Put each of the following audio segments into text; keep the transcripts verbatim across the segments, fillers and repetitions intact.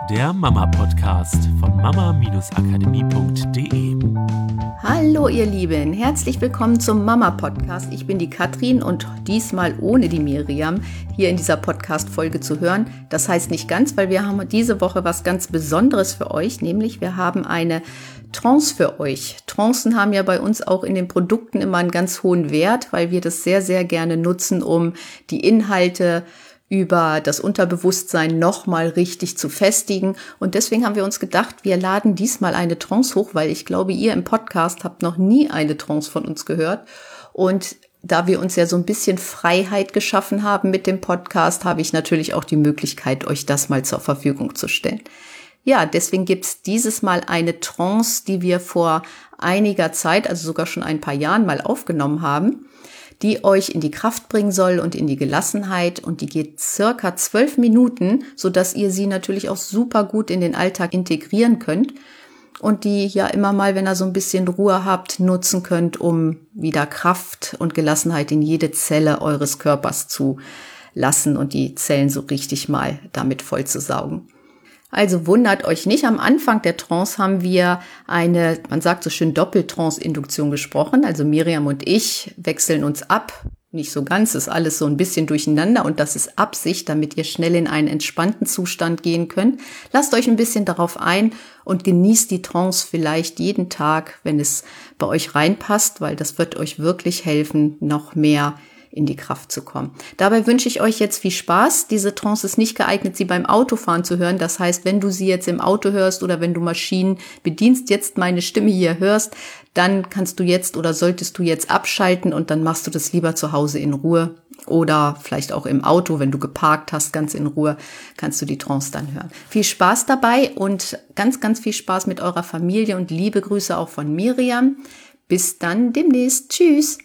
der Mama-Podcast von mama akademie punkt de. Hallo ihr Lieben, herzlich willkommen zum Mama-Podcast. Ich bin die Katrin und diesmal ohne die Miriam hier in dieser Podcast-Folge zu hören. Das heißt nicht ganz, weil wir haben diese Woche was ganz Besonderes für euch, nämlich wir haben eine Trance für euch. Trancen haben ja bei uns auch in den Produkten immer einen ganz hohen Wert, weil wir das sehr, sehr gerne nutzen, um die Inhalte über das Unterbewusstsein nochmal richtig zu festigen. Und deswegen haben wir uns gedacht, wir laden diesmal eine Trance hoch, weil ich glaube, ihr im Podcast habt noch nie eine Trance von uns gehört. Und da wir uns ja so ein bisschen Freiheit geschaffen haben mit dem Podcast, habe ich natürlich auch die Möglichkeit, euch das mal zur Verfügung zu stellen. Ja, deswegen gibt's dieses Mal eine Trance, die wir vor einiger Zeit, also sogar schon ein paar Jahren mal aufgenommen haben, die euch in die Kraft bringen soll und in die Gelassenheit, und die geht circa zwölf Minuten, so dass ihr sie natürlich auch super gut in den Alltag integrieren könnt und die ja immer mal, wenn ihr so ein bisschen Ruhe habt, nutzen könnt, um wieder Kraft und Gelassenheit in jede Zelle eures Körpers zu lassen und die Zellen so richtig mal damit vollzusaugen. Also wundert euch nicht, am Anfang der Trance haben wir eine, man sagt so schön, Doppeltrance-Induktion gesprochen. Also Miriam und ich wechseln uns ab. Nicht so ganz, ist alles so ein bisschen durcheinander und das ist Absicht, damit ihr schnell in einen entspannten Zustand gehen könnt. Lasst euch ein bisschen darauf ein und genießt die Trance vielleicht jeden Tag, wenn es bei euch reinpasst, weil das wird euch wirklich helfen, noch mehr in die Kraft zu kommen. Dabei wünsche ich euch jetzt viel Spaß. Diese Trance ist nicht geeignet, sie beim Autofahren zu hören. Das heißt, wenn du sie jetzt im Auto hörst oder wenn du Maschinen bedienst, jetzt meine Stimme hier hörst, dann kannst du jetzt oder solltest du jetzt abschalten und dann machst du das lieber zu Hause in Ruhe oder vielleicht auch im Auto, wenn du geparkt hast, ganz in Ruhe, kannst du die Trance dann hören. Viel Spaß dabei und ganz, ganz viel Spaß mit eurer Familie und liebe Grüße auch von Miriam. Bis dann demnächst. Tschüss!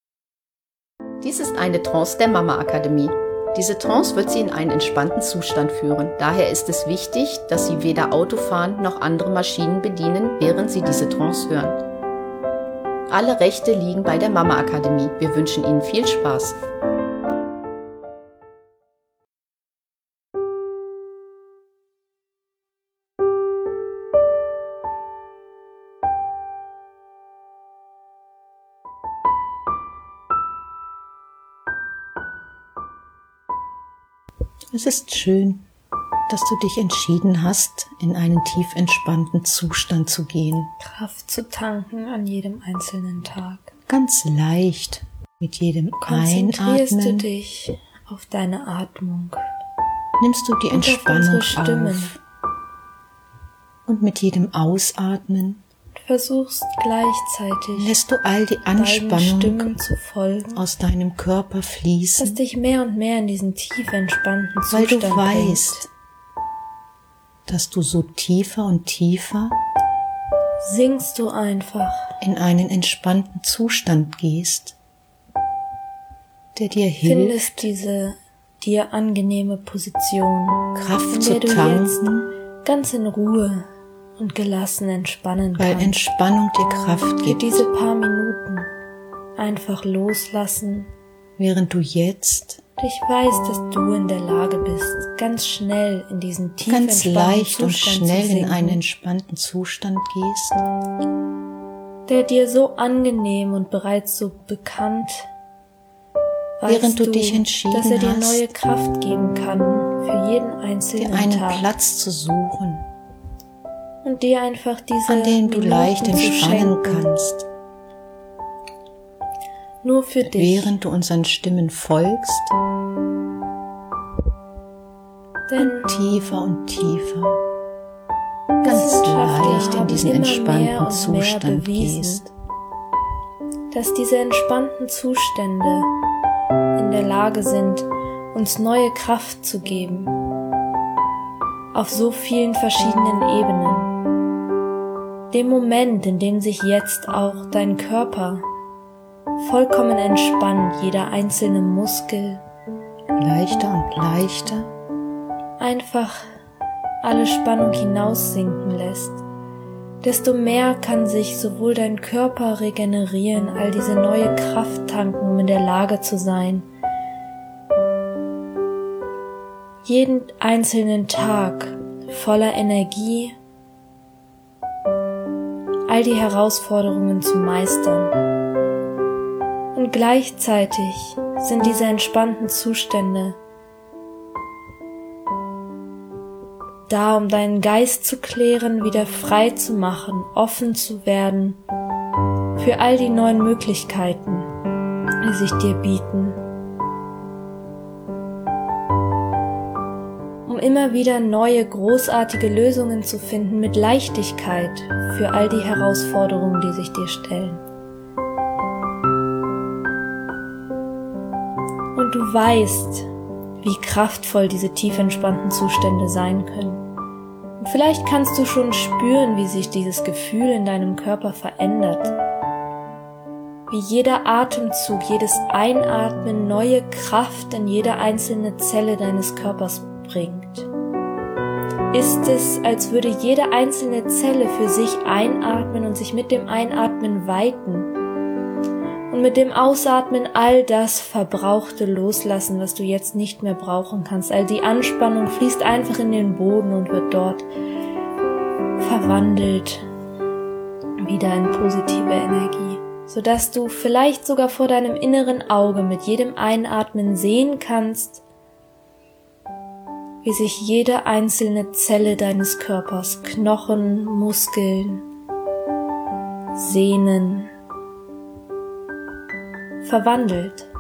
Dies ist eine Trance der Mama Akademie. Diese Trance wird Sie in einen entspannten Zustand führen. Daher ist es wichtig, dass Sie weder Autofahren noch andere Maschinen bedienen, während Sie diese Trance hören. Alle Rechte liegen bei der Mama Akademie. Wir wünschen Ihnen viel Spaß. Es ist schön, dass du dich entschieden hast, in einen tief entspannten Zustand zu gehen. Kraft zu tanken an jedem einzelnen Tag. Ganz leicht mit jedem Konzentrierst Einatmen. du dich auf deine Atmung. Nimmst du die Und auf Entspannung unsere Stimmen. auf. Und mit jedem Ausatmen Versuchst gleichzeitig lässt du all die deinen Anspannung Stimmen zu folgen, aus deinem Körper dass fließen, dich mehr und mehr in diesen tief entspannten weil Zustand du bringt. weißt, dass du so tiefer und tiefer Sinkst du einfach in einen entspannten Zustand gehst, der dir hilft, findest diese dir angenehme Position, Kraft in zu der du tanken, jetzt ganz in Ruhe und gelassen entspannen weil kannst. Entspannung dir Kraft Für gibt, diese paar Minuten einfach loslassen. während du jetzt Und ich weiß, dass du in der Lage bist, ganz schnell in diesen tief ganz entspannten leicht und Zustand schnell zu in sinken, einen entspannten Zustand gehst, der dir so angenehm und bereits so bekannt, während weißt du dich entschieden dass er dir hast, neue Kraft geben kann für jeden einzelnen dir einen Tag Platz zu suchen, und dir einfach diese an dem du Minuten leicht zu entspannen schenken, kannst, nur für dich, während du unseren Stimmen folgst, denn tiefer und tiefer, ganz Wissenschaftler leicht in haben diesen immer mehr entspannten und mehr Zustand bewiesen, gehst. dass diese entspannten Zustände in der Lage sind, uns neue Kraft zu geben, auf so vielen verschiedenen Ebenen. Dem Moment, in dem sich jetzt auch dein Körper vollkommen entspannt, jeder einzelne Muskel, Leichter und leichter, einfach alle Spannung hinaussinken lässt, desto mehr kann sich sowohl dein Körper regenerieren, all diese neue Kraft tanken, um in der Lage zu sein, jeden einzelnen Tag voller Energie, all die Herausforderungen zu meistern. Und gleichzeitig sind diese entspannten Zustände da, um deinen Geist zu klären, wieder frei zu machen, offen zu werden für all die neuen Möglichkeiten, die sich dir bieten. Um immer wieder neue, großartige Lösungen zu finden mit Leichtigkeit für all die Herausforderungen, die sich dir stellen. Und du weißt, wie kraftvoll diese tief entspannten Zustände sein können. Und vielleicht kannst du schon spüren, wie sich dieses Gefühl in deinem Körper verändert. Wie jeder Atemzug, jedes Einatmen neue Kraft in jede einzelne Zelle deines Körpers bringt. Ist es, als würde jede einzelne Zelle für sich einatmen und sich mit dem Einatmen weiten und mit dem Ausatmen all das Verbrauchte loslassen, was du jetzt nicht mehr brauchen kannst. All die Anspannung fließt einfach in den Boden und wird dort verwandelt wieder in positive Energie, sodass du vielleicht sogar vor deinem inneren Auge mit jedem Einatmen sehen kannst, wie sich jede einzelne Zelle deines Körpers, Knochen, Muskeln, Sehnen, verwandelt,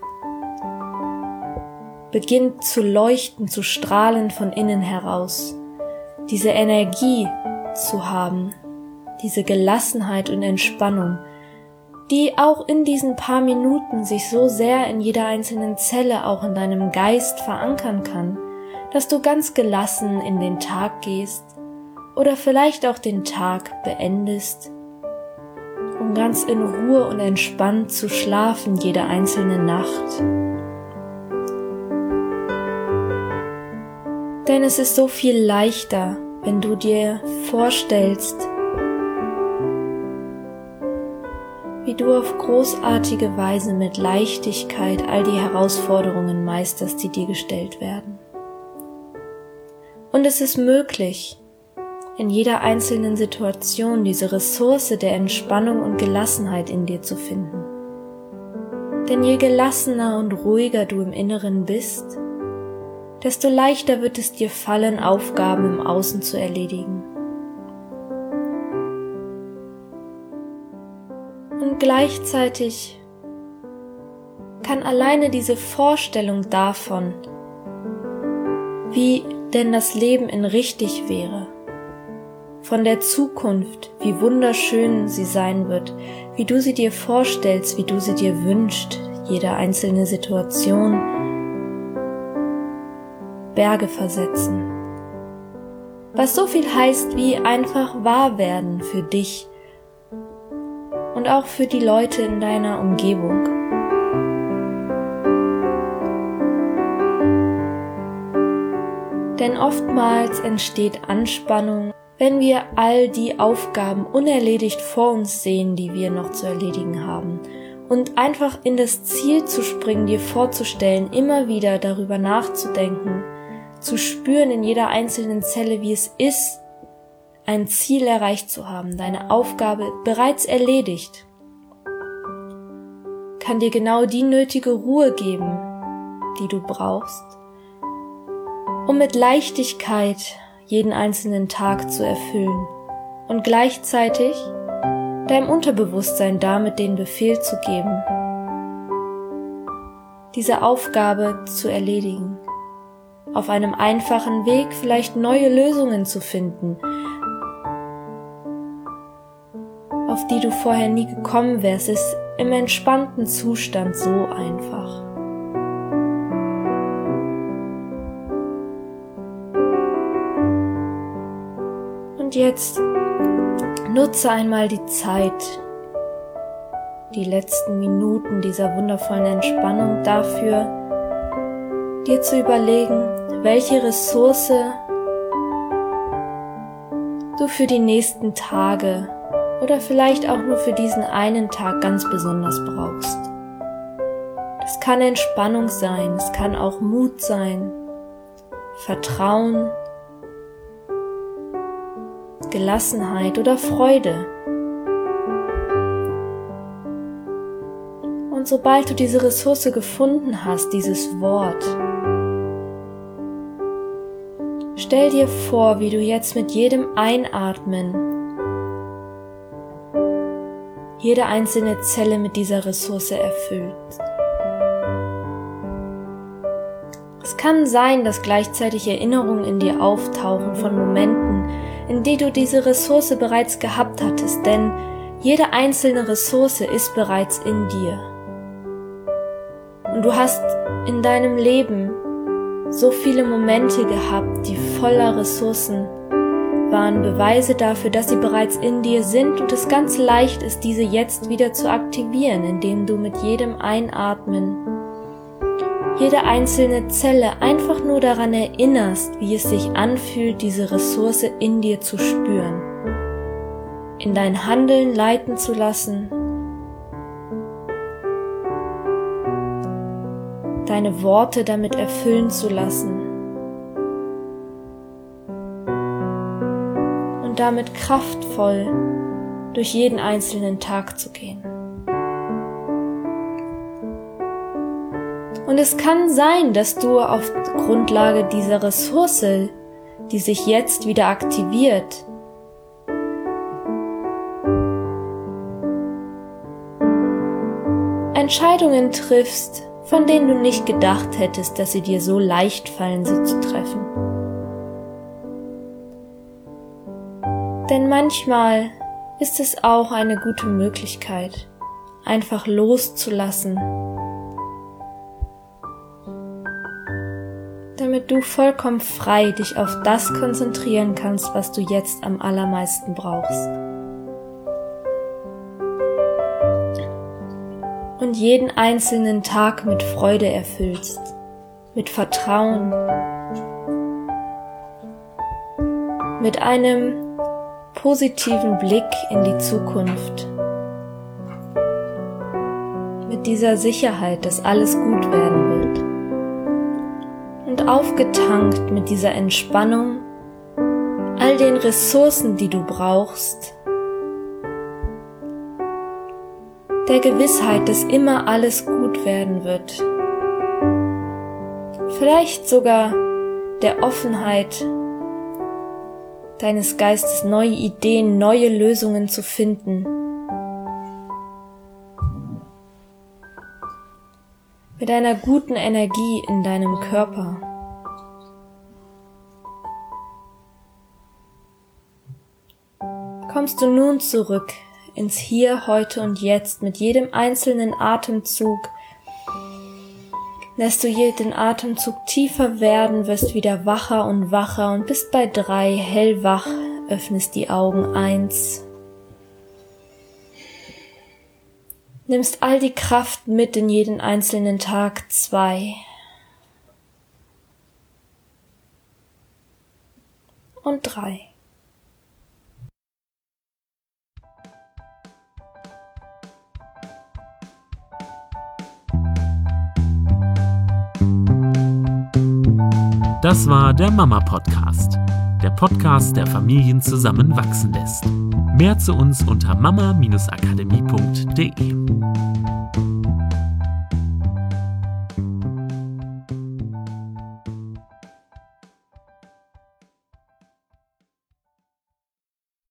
beginnt zu leuchten, zu strahlen von innen heraus, diese Energie zu haben, diese Gelassenheit und Entspannung, die auch in diesen paar Minuten sich so sehr in jeder einzelnen Zelle, auch in deinem Geist verankern kann, dass du ganz gelassen in den Tag gehst oder vielleicht auch den Tag beendest, um ganz in Ruhe und entspannt zu schlafen jede einzelne Nacht. Denn es ist so viel leichter, wenn du dir vorstellst, wie du auf großartige Weise mit Leichtigkeit all die Herausforderungen meisterst, die dir gestellt werden. Und es ist möglich, in jeder einzelnen Situation diese Ressource der Entspannung und Gelassenheit in dir zu finden. Denn je gelassener und ruhiger du im Inneren bist, desto leichter wird es dir fallen, Aufgaben im Außen zu erledigen. Und gleichzeitig kann alleine diese Vorstellung davon, wie denn das Leben in richtig wäre, von der Zukunft, wie wunderschön sie sein wird, wie du sie dir vorstellst, wie du sie dir wünschst, jede einzelne Situation, Berge versetzen. Was so viel heißt wie einfach wahr werden für dich und auch für die Leute in deiner Umgebung. Denn oftmals entsteht Anspannung, wenn wir all die Aufgaben unerledigt vor uns sehen, die wir noch zu erledigen haben. Und einfach in das Ziel zu springen, dir vorzustellen, immer wieder darüber nachzudenken, zu spüren in jeder einzelnen Zelle, wie es ist, ein Ziel erreicht zu haben, deine Aufgabe bereits erledigt, kann dir genau die nötige Ruhe geben, die du brauchst, um mit Leichtigkeit jeden einzelnen Tag zu erfüllen und gleichzeitig deinem Unterbewusstsein damit den Befehl zu geben, diese Aufgabe zu erledigen, auf einem einfachen Weg vielleicht neue Lösungen zu finden, auf die du vorher nie gekommen wärst. Es ist im entspannten Zustand so einfach. Und jetzt nutze einmal die Zeit, die letzten Minuten dieser wundervollen Entspannung dafür, dir zu überlegen, welche Ressource du für die nächsten Tage oder vielleicht auch nur für diesen einen Tag ganz besonders brauchst. Das kann Entspannung sein, es kann auch Mut sein, Vertrauen, Gelassenheit oder Freude. Und sobald du diese Ressource gefunden hast, dieses Wort, stell dir vor, wie du jetzt mit jedem Einatmen jede einzelne Zelle mit dieser Ressource erfüllst. Es kann sein, dass gleichzeitig Erinnerungen in dir auftauchen von Momenten, in denen du diese Ressource bereits gehabt hattest, denn jede einzelne Ressource ist bereits in dir. Und du hast in deinem Leben so viele Momente gehabt, die voller Ressourcen waren, Beweise dafür, dass sie bereits in dir sind und es ganz leicht ist, diese jetzt wieder zu aktivieren, indem du mit jedem Einatmen jede einzelne Zelle einfach nur daran erinnerst, wie es sich anfühlt, diese Ressource in dir zu spüren, in dein Handeln leiten zu lassen, deine Worte damit erfüllen zu lassen und damit kraftvoll durch jeden einzelnen Tag zu gehen. Und es kann sein, dass du auf Grundlage dieser Ressource, die sich jetzt wieder aktiviert, Entscheidungen triffst, von denen du nicht gedacht hättest, dass sie dir so leicht fallen, sie zu treffen. Denn manchmal ist es auch eine gute Möglichkeit, einfach loszulassen, damit du vollkommen frei dich auf das konzentrieren kannst, was du jetzt am allermeisten brauchst. Und jeden einzelnen Tag mit Freude erfüllst, mit Vertrauen, mit einem positiven Blick in die Zukunft, mit dieser Sicherheit, dass alles gut werden wird und aufgetankt mit dieser Entspannung, all den Ressourcen, die du brauchst, der Gewissheit, dass immer alles gut werden wird. Vielleicht sogar der Offenheit deines Geistes, neue Ideen, neue Lösungen zu finden. Mit einer guten Energie in deinem Körper. Kommst du nun zurück ins Hier, Heute und Jetzt mit jedem einzelnen Atemzug, lässt du jeden Atemzug tiefer werden, wirst wieder wacher und wacher und bist bei drei hellwach, öffnest die Augen eins, nimmst all die Kraft mit in jeden einzelnen Tag zwei und drei. Das war der Mama-Podcast, der Podcast, der Familien zusammenwachsen lässt. Mehr zu uns unter mama Bindestrich akademie Punkt de.